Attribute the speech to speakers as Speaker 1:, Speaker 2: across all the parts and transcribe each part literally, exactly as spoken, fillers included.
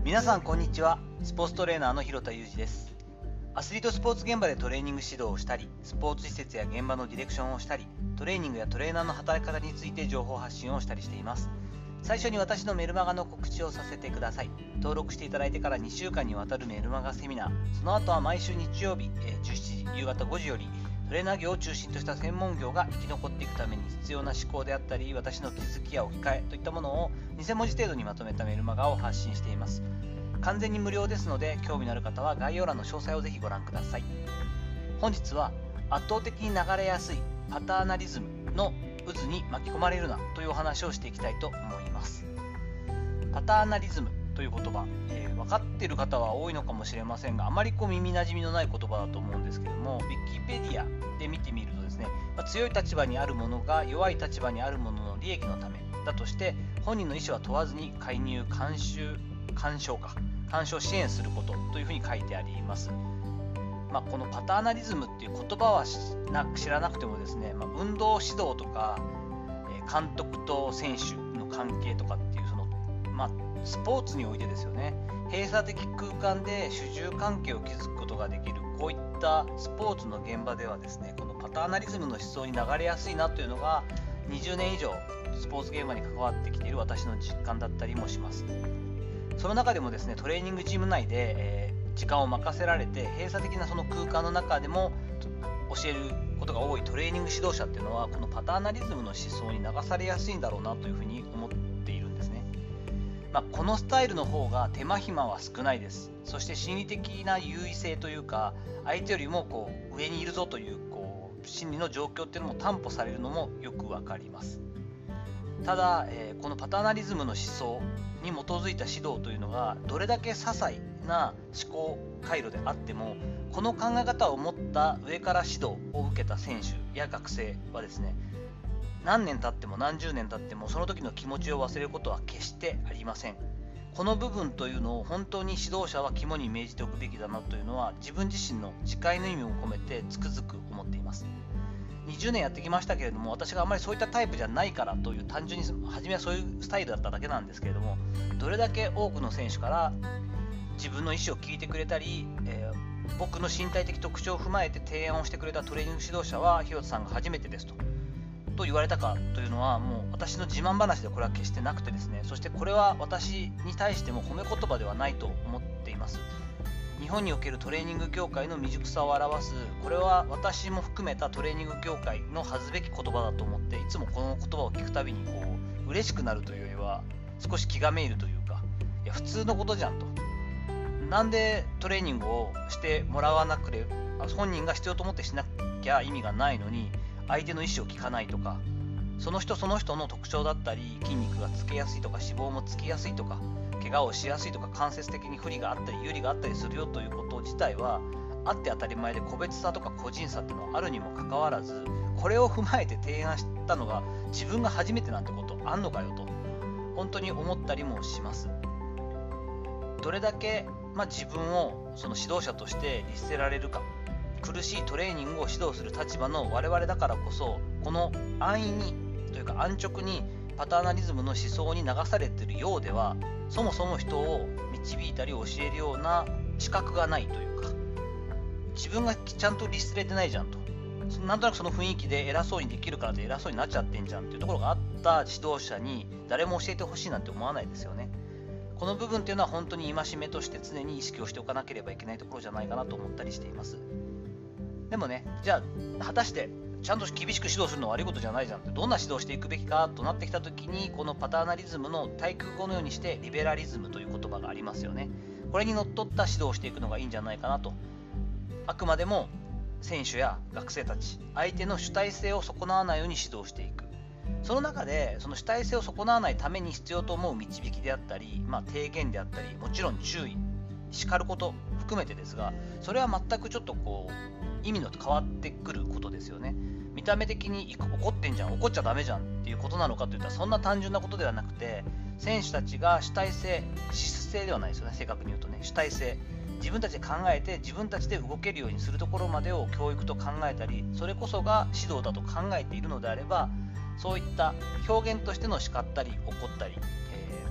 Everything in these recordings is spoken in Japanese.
Speaker 1: 皆さんこんにちは。スポーツトレーナーの広田裕二です。アスリートスポーツ現場でトレーニング指導をしたり、スポーツ施設や現場のディレクションをしたり、トレーニングやトレーナーの働き方について情報発信をしたりしています。最初に私のメルマガの告知をさせてください。登録していただいてからにしゅうかんにわたるメルマガセミナー、その後は毎週日曜日じゅうしちじ夕方ごじよりトレーナー業を中心とした専門業が生き残っていくために必要な思考であったり、私の気づきや置き換えといったものをにせんもじ程度にまとめたメルマガを発信しています。完全に無料ですので、興味のある方は概要欄の詳細をぜひご覧ください。本日は圧倒的に流れやすいパターナリズムの渦に巻き込まれるなというお話をしていきたいと思います。パターナリズムという言葉、えー、分かっている方は多いのかもしれませんが、あまりこう耳なじみのない言葉だと思うんですけども、ウィキペディアで見てみるとですね、まあ、強い立場にある者が弱い立場にある者の利益のためだとして、本人の意思は問わずに介入、監修、干渉か干渉支援することというふうに書いてあります。まあ、このパターナリズムっていう言葉は知らなくてもですね、まあ、運動指導とか監督と選手の関係とかっていうその、まあ、スポーツにおいてですよね、閉鎖的空間で主従関係を築くことができるこういったスポーツの現場ではですね、このパターナリズムの思想に流れやすいなというのがにじゅうねん以上スポーツ現場に関わってきている私の実感だったりもします。その中でもですね、トレーニングジム内で、えー、時間を任せられて閉鎖的なその空間の中でも教えることが多いトレーニング指導者っていうのは、このパターナリズムの思想に流されやすいんだろうなというふうに思っているんですね。まあ、このスタイルの方が手間暇は少ないです。そして心理的な優位性というか、相手よりもこう上にいるぞという、こう心理の状況っていうのも担保されるのもよくわかります。ただ、えー、このパターナリズムの思想に基づいた指導というのがどれだけ些細な思考回路であっても、この考え方を持った上から指導を受けた選手や学生はですね、何年経っても何十年経ってもその時の気持ちを忘れることは決してありません。この部分というのを本当に指導者は肝に銘じておくべきだなというのは、自分自身の自戒の意味を込めてつくづく思っています。にじゅうねんやってきましたけれども、私があまりそういったタイプじゃないからという、単純に初めはそういうスタイルだっただけなんですけれども、どれだけ多くの選手から自分の意思を聞いてくれたり、えー、僕の身体的特徴を踏まえて提案をしてくれたトレーニング指導者は広田さんが初めてですとと言われたかというのは、もう私の自慢話でこれは決してなくてですね、そしてこれは私に対しても褒め言葉ではないと思っています。日本におけるトレーニング業界の未熟さを表す、これは私も含めたトレーニング業界の恥ずべき言葉だと思って、いつもこの言葉を聞くたびにこう嬉しくなるというよりは少し気がめいるというか、いや普通のことじゃんと、なんでトレーニングをしてもらわなくれ本人が必要と思ってしなきゃ意味がないのに、相手の意思を聞かないとか、その人その人の特徴だったり、筋肉がつけやすいとか脂肪もつきやすいとか怪我をしやすいとか、間接的に不利があったり有利があったりするよということ自体はあって当たり前で、個別差とか個人差っていうのはあるにもかかわらず、これを踏まえて提案したのが自分が初めてなんてことあんのかよと本当に思ったりもします。どれだけ、まあ、自分をその指導者として律せられるか、苦しいトレーニングを指導する立場の我々だからこそ、この安易にというか安直にパターナリズムの思想に流されているようでは、そもそも人を導いたり教えるような資格がないというか、自分がちゃんと律せれてないじゃんと、なんとなくその雰囲気で偉そうにできるからで偉そうになっちゃってんじゃんっていうところがあった指導者に誰も教えてほしいなんて思わないですよね。この部分っていうのは本当に戒めとして常に意識をしておかなければいけないところじゃないかなと思ったりしています。でもね、じゃあ果たしてちゃんと厳しく指導するのは悪いことじゃないじゃんって、どんな指導をしていくべきかとなってきたときに、このパターナリズムの対空語のようにしてリベラリズムという言葉がありますよね。これにのっとった指導をしていくのがいいんじゃないかなと。あくまでも選手や学生たち、相手の主体性を損なわないように指導していく。その中でその主体性を損なわないために必要と思う導きであったり、まあ、提言であったり、もちろん注意叱ること含めてですが、それは全くちょっとこう意味の変わってくることですよね。見た目的に怒ってんじゃん、怒っちゃダメじゃんっていうことなのかといったら、そんな単純なことではなくて、選手たちが主体性、資質性ではないですよね、正確に言うとね、主体性、自分たちで考えて自分たちで動けるようにするところまでを教育と考えたり、それこそが指導だと考えているのであれば、そういった表現としての叱ったり怒ったり、えー、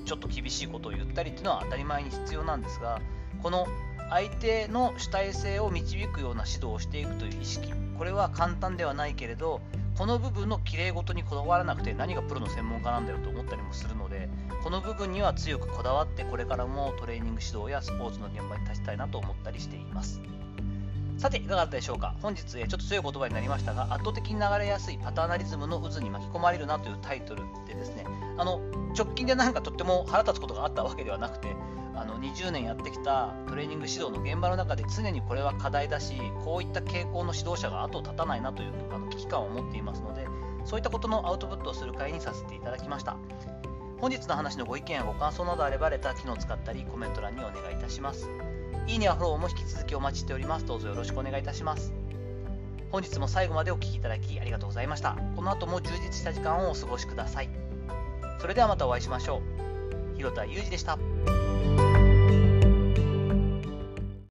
Speaker 1: ちょっと厳しいことを言ったりっていうのは当たり前に必要なんですが、この相手の主体性を導くような指導をしていくという意識、これは簡単ではないけれど、この部分のきれい事にこだわらなくて何がプロの専門家なんだよと思ったりもするので、この部分には強くこだわってこれからもトレーニング指導やスポーツの現場に立ちたいなと思ったりしています。さていかがだったでしょうか。本日ちょっと強い言葉になりましたが、圧倒的に流れやすいパターナリズムの渦に巻き込まれるなというタイトルでですね、あの直近でなんかとっても腹立つことがあったわけではなくて、あのにじゅうねんやってきたトレーニング指導の現場の中で常にこれは課題だし、こういった傾向の指導者が後を絶たないなというあの危機感を持っていますので、そういったことのアウトプットをする会にさせていただきました。本日の話のご意見やご感想などあればレター機能を使ったりコメント欄にお願いいたします。いいねやフォローも引き続きお待ちしております。どうぞよろしくお願いいたします。本日も最後までお聞きいただきありがとうございました。この後も充実した時間をお過ごしください。それではまたお会いしましょう。広田裕二でした。